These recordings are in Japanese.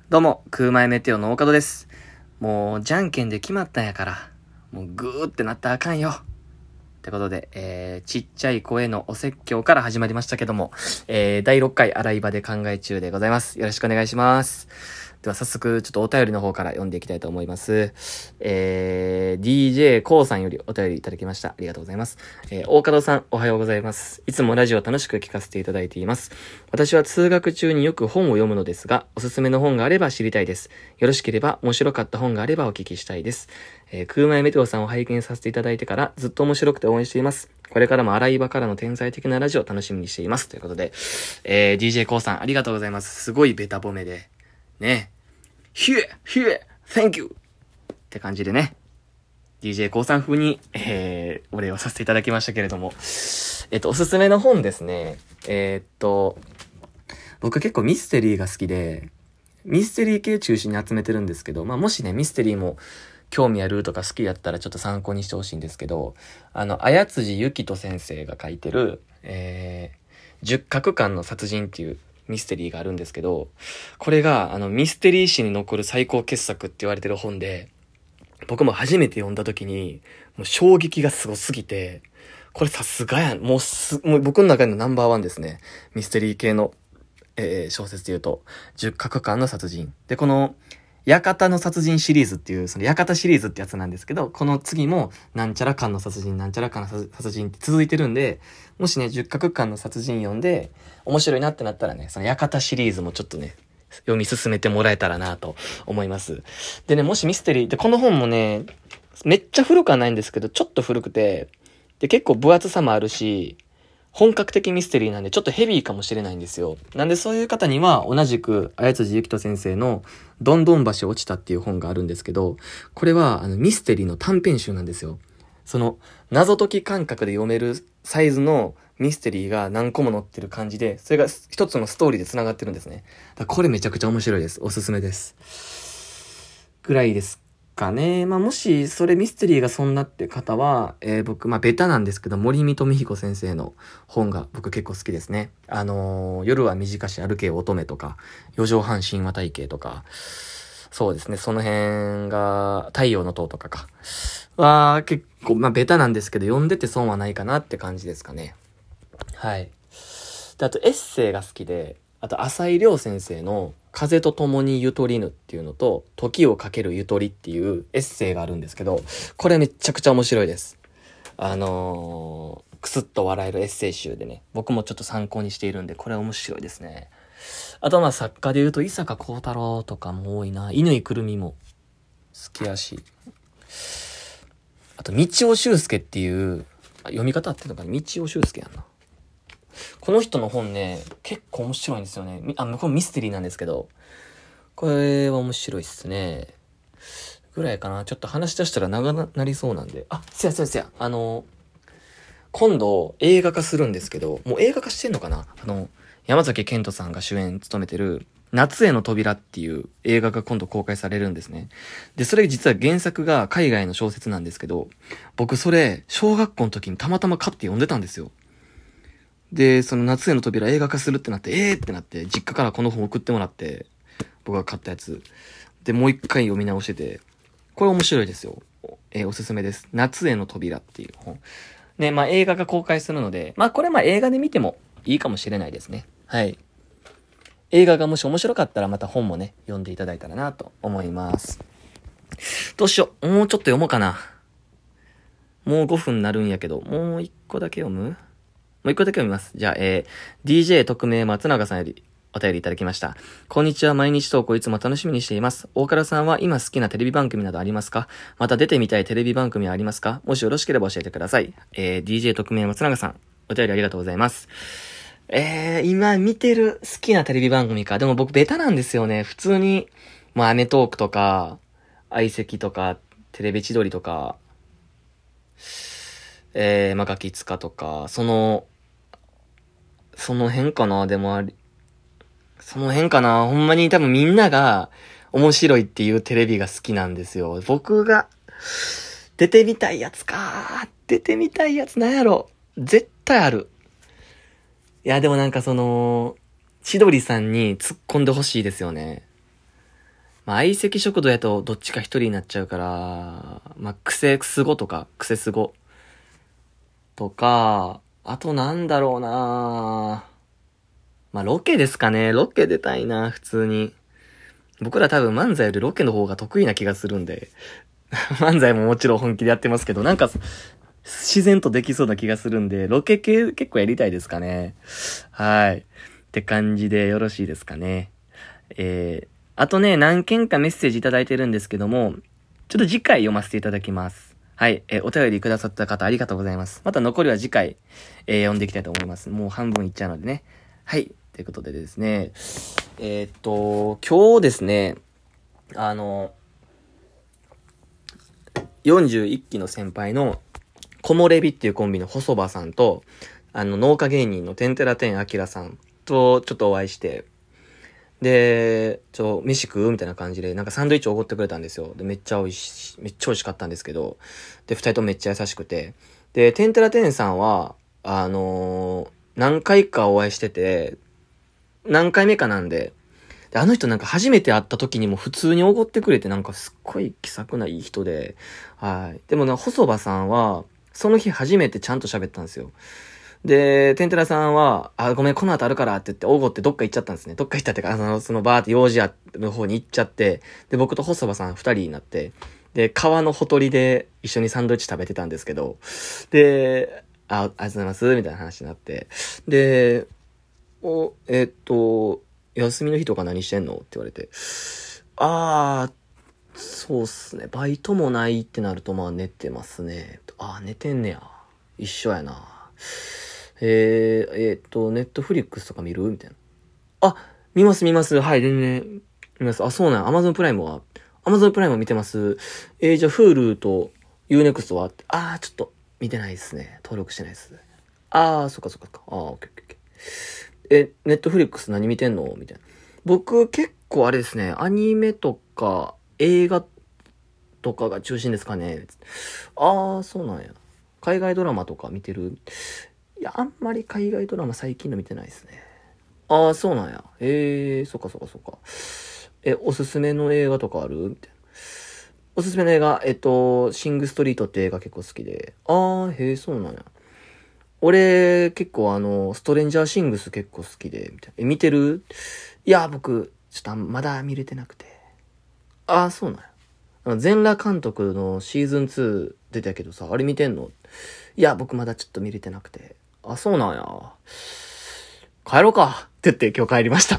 どうも、空前メテオの岡戸です。もう、じゃんけんで決まったんやから、もうグーってなったらあかんよ。ってことで、ちっちゃい声のお説教から始まりましたけども、第6回洗い場で考え中でございます。よろしくお願いします。では早速、ちょっとお便りの方から読んでいきたいと思います。DJ コウさんよりお便りいただきました。ありがとうございます。大門さん、おはようございます。いつもラジオ楽しく聞かせていただいています。私は通学中によく本を読むのですが、おすすめの本があれば知りたいです。よろしければ、面白かった本があればお聞きしたいです。空前メテオさんを拝見させていただいてからずっと面白くて応援しています。これからも洗い場からの天才的なラジオを楽しみにしています。ということで、DJ コウさんありがとうございます。すごいベタ褒めで。ね。Thank you! って感じでね。DJ コウさん風に、お礼をさせていただきましたけれども。おすすめの本ですね。僕結構ミステリーが好きで、ミステリー系中心に集めてるんですけど、もしね、ミステリーも興味あるとか好きだったらちょっと参考にしてほしいんですけど、綾辻ゆきと先生が書いてる、十角館の殺人っていうミステリーがあるんですけど、これがミステリー史に残る最高傑作って言われてる本で、僕も初めて読んだ時にもう衝撃がすごすぎて、これさすがやん、もう僕の中でのナンバーワンですね。ミステリー系の、小説で言うと十角館の殺人で、この館の殺人シリーズっていう、その館シリーズってやつなんですけど、この次もなんちゃら館の殺人なんちゃら館の殺人って続いてるんで、もしね十角館の殺人読んで面白いなってなったらね、その館シリーズもちょっとね読み進めてもらえたらなと思います。でね、もしミステリーで、この本もねめっちゃ古くはないんですけど、ちょっと古くて、で結構分厚さもあるし、本格的ミステリーなんでちょっとヘビーかもしれないんですよ。なんでそういう方には同じく綾辻ゆきと先生のどんどん橋落ちたっていう本があるんですけど、これはミステリーの短編集なんですよ。その謎解き感覚で読めるサイズのミステリーが何個も載ってる感じで、それが一つのストーリーで繋がってるんですね。だからこれめちゃくちゃ面白いです。おすすめです。ぐらいですかね。もしそれミステリーがそんなって方は、僕ベタなんですけど森見富彦先生の本が僕結構好きですね。夜は短し歩けよ乙女とか、四畳半神話体系とか、そうですね、その辺が太陽の塔とかは結構ベタなんですけど、読んでて損はないかなって感じですかね。はい。で、あとエッセイが好きで、あと浅井亮先生の風と共にゆとりぬっていうのと、時をかけるゆとりっていうエッセイがあるんですけど、これめちゃくちゃ面白いです。くすっと笑えるエッセイ集でね、僕もちょっと参考にしているんで、これ面白いですね。あと作家で言うと伊坂幸太郎とかも多いな。乾くるみも好きやし、あと道尾修介っていう、読み方あってるのかな、道尾修介やんな。この人の本ね、結構面白いんですよね。これミステリーなんですけど、これは面白いっすね。ぐらいかな。ちょっと話し出したら長なりそうなんで。せや。今度映画化するんですけど、もう映画化してんのかな？山崎賢人さんが主演務めてる夏への扉っていう映画が今度公開されるんですね。で、それ実は原作が海外の小説なんですけど、僕それ小学校の時にたまたま買って読んでたんですよ。で、その夏への扉映画化するってなって、ってなって、実家からこの本送ってもらって、僕が買ったやつ。で、もう一回読み直してて、これ面白いですよ。おすすめです。夏への扉っていう本。ね、映画が公開するので、これ映画で見てもいいかもしれないですね。はい。映画がもし面白かったらまた本もね、読んでいただいたらなと思います。どうしよう。もうちょっと読もうかな。もう5分になるんやけど、もう一個だけ読む？もう一個だけ読みます。じゃあ、DJ 特命松永さんよりお便りいただきました。こんにちは。毎日投稿いつも楽しみにしています。大倉さんは今好きなテレビ番組などありますか？また出てみたいテレビ番組はありますか？もしよろしければ教えてください。DJ 特命松永さん、お便りありがとうございます。今見てる好きなテレビ番組か。でも僕ベタなんですよね。普通に、アメトーークとか、相席とか、テレビ千鳥とか、ガキツカとか、その辺かな。でもその辺かな。ほんまに多分みんなが面白いっていうテレビが好きなんですよ。僕が出てみたいやつか。出てみたいやつなんやろ。絶対ある。いや、でも千鳥さんに突っ込んでほしいですよね。 まあ、相席食堂やとどっちか一人になっちゃうから、まあ、クセスゴとか、クセスゴとか、あとなんだろうな。まあ、ロケですかね。ロケ出たいな、普通に。僕ら多分漫才よりロケの方が得意な気がするんで。漫才ももちろん本気でやってますけど、なんか、自然とできそうな気がするんで、ロケ系結構やりたいですかね。はい。って感じでよろしいですかね。あとね、何件かメッセージいただいてるんですけども、ちょっと次回読ませていただきます。はい。お便りくださった方ありがとうございます。また残りは次回、読んでいきたいと思います。もう半分いっちゃうのでね。はい。ということでですね。今日ですね、41期の先輩の木漏れ日っていうコンビの細場さんと、農家芸人のてんてらてんあきらさんとちょっとお会いして、で、飯食うみたいな感じで、なんかサンドイッチおごってくれたんですよ。で、めっちゃ美味しかったんですけど、で、二人ともめっちゃ優しくて、で、てんてらてんさんは、何回かお会いしてて、何回目かなんで、あの人なんか初めて会った時にも普通におごってくれてなんかすっごい気さくないい人で、はい。でも細場さんは、その日初めてちゃんと喋ったんですよ。で、てんてらさんは、ごめん、この後あるからって言って、おごってどっか行っちゃったんですね。どっか行ったってか、そのバーって用事の方に行っちゃって、で、僕と細場さん二人になって、で、川のほとりで一緒にサンドイッチ食べてたんですけど、で、ありがとうございます、みたいな話になって、で、休みの日とか何してんのって言われて、そうっすね。バイトもないってなると、まあ寝てますね。寝てんねや。一緒やな。ネットフリックスとか見るみたいな。見ます。はい、全然見ます。そうなん。アマゾンプライム見てます。じゃあ、Hulu と Unext はちょっと見てないですね。登録してないです。そっか。オッケー。オッケー。ネットフリックス何見てんのみたいな。僕結構あれですね、アニメとか映画とかが中心ですかね。そうなんや。海外ドラマとか見てる？いや、あんまり海外ドラマ最近の見てないですね。そうなんや。そっか。おすすめの映画とかあるみたいな。おすすめの映画、シングストリートって映画結構好きで。そうなんや。俺、結構ストレンジャーシングス結構好きで、みたいな。見てる？いや、僕、ちょっとまだ見れてなくて。そうなんや。全裸監督のシーズン2出たけどさ、あれ見てんの？いや、僕まだちょっと見れてなくて。そうなんや。帰ろうかって言って今日帰りました。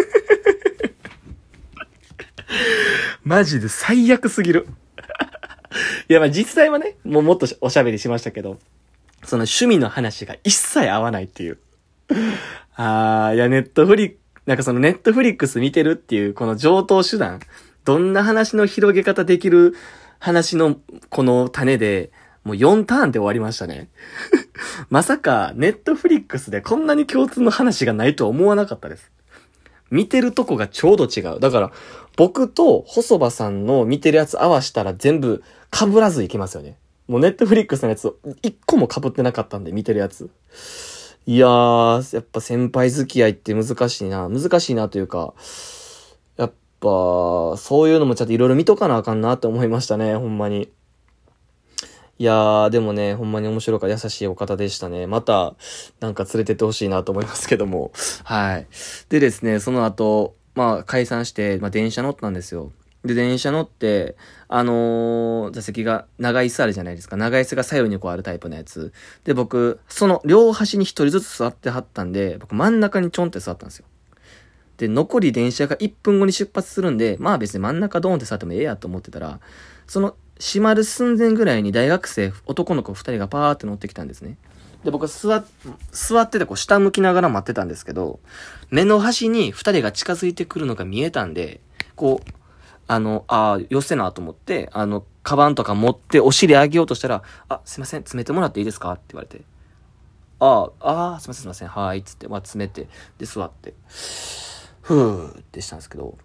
マジで最悪すぎる。いや、まあ実際はね、もっとおしゃべりしましたけど、その趣味の話が一切合わないっていう。いや、なんかそのネットフリックス見てるっていう、この上等手段。どんな話の広げ方できる話のこの種で、もう4ターンで終わりましたね。まさか、ネットフリックスでこんなに共通の話がないとは思わなかったです。見てるとこがちょうど違う。だから、僕と細場さんの見てるやつ合わしたら全部被らずいきますよね。もうネットフリックスのやつ一個も被ってなかったんで、見てるやつ。いやー、やっぱ先輩付き合いって難しいなというか、やっぱ、そういうのもちょっといろいろ見とかなあかんなって思いましたね、ほんまに。いやー、でもね、ほんまに面白い優しいお方でしたね。また、なんか連れてってほしいなと思いますけども。はい。でですね、その後、解散して、電車乗ったんですよ。で、電車乗って、座席が、長椅子あるじゃないですか。長椅子が左右にこうあるタイプのやつ。で、僕、その両端に一人ずつ座ってはったんで、僕真ん中にちょんって座ったんですよ。で、残り電車が1分後に出発するんで、別に真ん中ドーンって座ってもええやと思ってたら、その、閉まる寸前ぐらいに大学生、男の子2人がパーって乗ってきたんですね。で、僕座っててこう下向きながら待ってたんですけど、目の端に2人が近づいてくるのが見えたんで、こう、よせなと思って、カバンとか持ってお尻上げようとしたら、すいません、詰めてもらっていいですかって言われて、すいません、はい、つって、詰めて、で、座って、ふーってしたんですけど、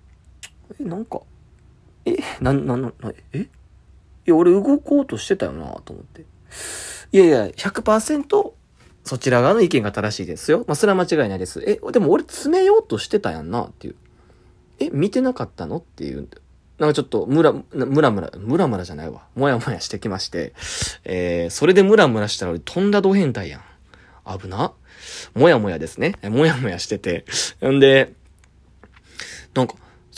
俺動こうとしてたよなと思って。いや、100% そちら側の意見が正しいですよ。それは間違いないです。でも俺詰めようとしてたやんなっていう。 見てなかったのっていう、なんかちょっとムラムラじゃないわ。もやもやしてきまして、それでムラムラしたら俺とんだド変態やん。危な。もやもやですね。もやもやしてて。んで、なんか、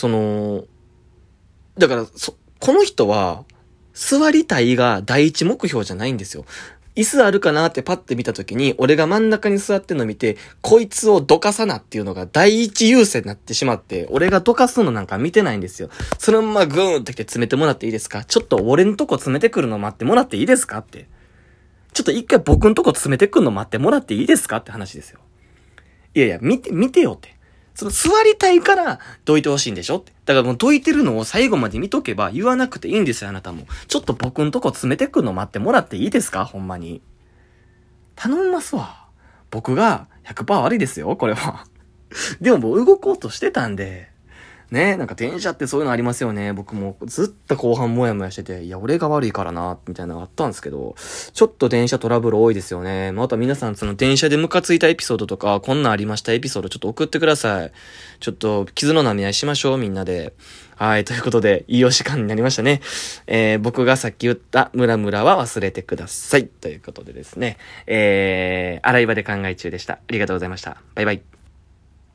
だから、この人は、座りたいが第一目標じゃないんですよ。椅子あるかなってパッて見たときに、俺が真ん中に座ってんの見て、こいつをどかさなっていうのが第一優先になってしまって、俺がどかすのなんか見てないんですよ。そのままグーンって来て詰めてもらっていいですか？ちょっと俺んとこ詰めてくるの待ってもらっていいですかって。ちょっと一回僕んとこ詰めてくるの待ってもらっていいですかって話ですよ。いやいや、見てよって。座りたいからどいてほしいんでしょって。だからもうどいてるのを最後まで見とけば言わなくていいんですよ、あなたも。ちょっと僕んとこ詰めてくんの待ってもらっていいですか？ほんまに。頼みますわ。僕が 100% 悪いですよ、これは。でももう動こうとしてたんで。ね、なんか電車ってそういうのありますよね。僕もずっと後半もやもやしてて、いや、俺が悪いからな、みたいなのがあったんですけど、ちょっと電車トラブル多いですよね。また皆さんその電車でムカついたエピソードとか、こんなんありましたエピソードちょっと送ってください。ちょっと傷の舐め合いしましょう、みんなで。はい、ということで、いいお時間になりましたね。僕がさっき言ったムラムラは忘れてください。ということでですね、洗い場で考え中でした。ありがとうございました。バイバイ。